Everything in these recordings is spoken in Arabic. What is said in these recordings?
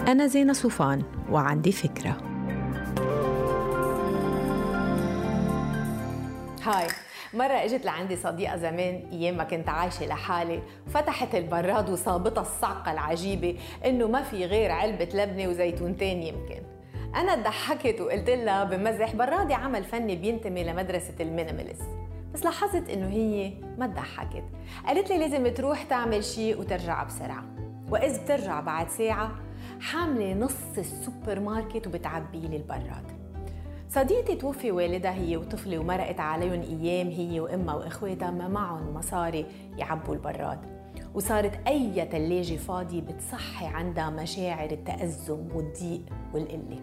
أنا زينة صوفان وعندي فكرة. هاي، مرة اجت لعندي صديقة زمان ايام ما كنت عايشة لحالي، وفتحت البراد وصابتها الصعقة العجيبة انه ما في غير علبة لبنة وزيتونتين يمكن. انا ضحكت وقلت لها بمزح برادي عمل فني بينتمي لمدرسة المينيماليست، بس لاحظت انه هي ما ضحكت. قالت لي لازم تروح تعمل شيء وترجع بسرعة، وإذ بترجع بعد ساعة حاملة نص السوبر ماركت وبتعبي لي البراد. صديقتي توفي والدها هي وطفلة ومرقت عليهم أيام هي وأمها وإخواتها ما معهم مصاري يعبوا البراد، وصارت أي تلاجة فاضية بتصحي عندها مشاعر التأزم والضيق والقلة.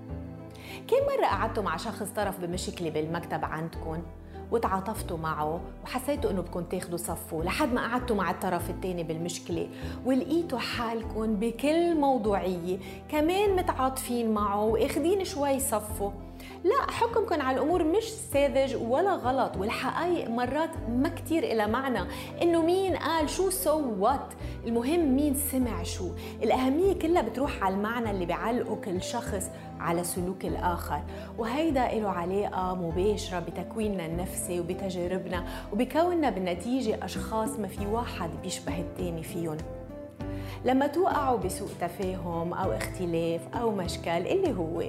كم مرة قعدتوا مع شخص طرف بمشكلة بالمكتب عندكم وتعاطفتوا معه وحسيتوا انه بدكم تاخدوا صفه لحد ما قعدتوا مع الطرف الثاني بالمشكله ولقيتوا حالكم بكل موضوعيه كمان متعاطفين معه واخدين شوي صفه؟ لا، حكمكم على الامور مش ساذج ولا غلط، والحقائق مرات ما كتير إلها معنى انه مين قال شو سوت، المهم مين سمع شو. الاهميه كلها بتروح على المعنى اللي بيعلقه كل شخص على سلوك الاخر، وهيدا له علاقه مباشره بتكويننا النفسي وبتجاربنا وبكوننا بالنتيجه اشخاص ما في واحد بيشبه التاني فيهم. لما توقعوا بسوء تفاهم او اختلاف او مشكل اللي هو،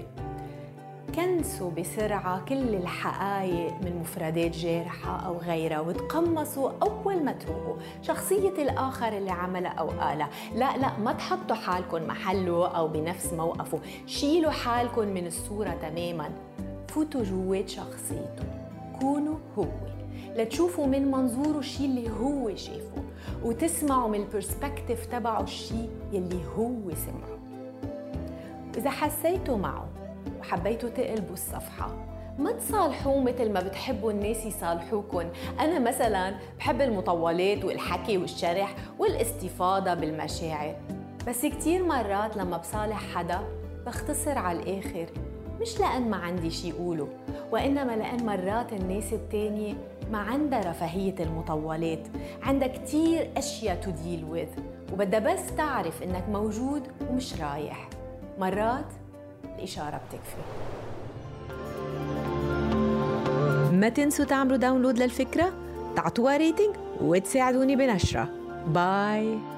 كنسوا بسرعة كل الحقائق من مفردات جارحة أو غيرها وتقمصوا أول ما تروحوا شخصية الآخر اللي عملها أو قالها. لا، ما تحطوا حالكم محله أو بنفس موقفه، شيلوا حالكم من الصورة تماماً، فوتوا جوات شخصيته، كونوا هو لتشوفوا من منظوره الشيء اللي هو شافه وتسمعوا من البرسبكتيف تبعه الشيء يلي هو سمعه. إذا حسيتوا معه وحبيتوا تقلبوا الصفحة، ما تصالحوه مثل ما بتحبوا الناس يصالحوكم. أنا مثلاً بحب المطولات والحكي والشرح والاستفاضة بالمشاعر، بس كتير مرات لما بصالح حدا بختصر على الآخر، مش لأن ما عندي شي قوله، وإنما لأن مرات الناس التانية ما عندها رفاهية المطولات، عندها كتير أشياء تديل وذ، وبدها بس تعرف إنك موجود ومش رايح. مرات الإشارة بتكفي. ما تنسوا تعملوا داونلود للفكرة، تعطوها ريتنج وتساعدوني بنشرة. باي.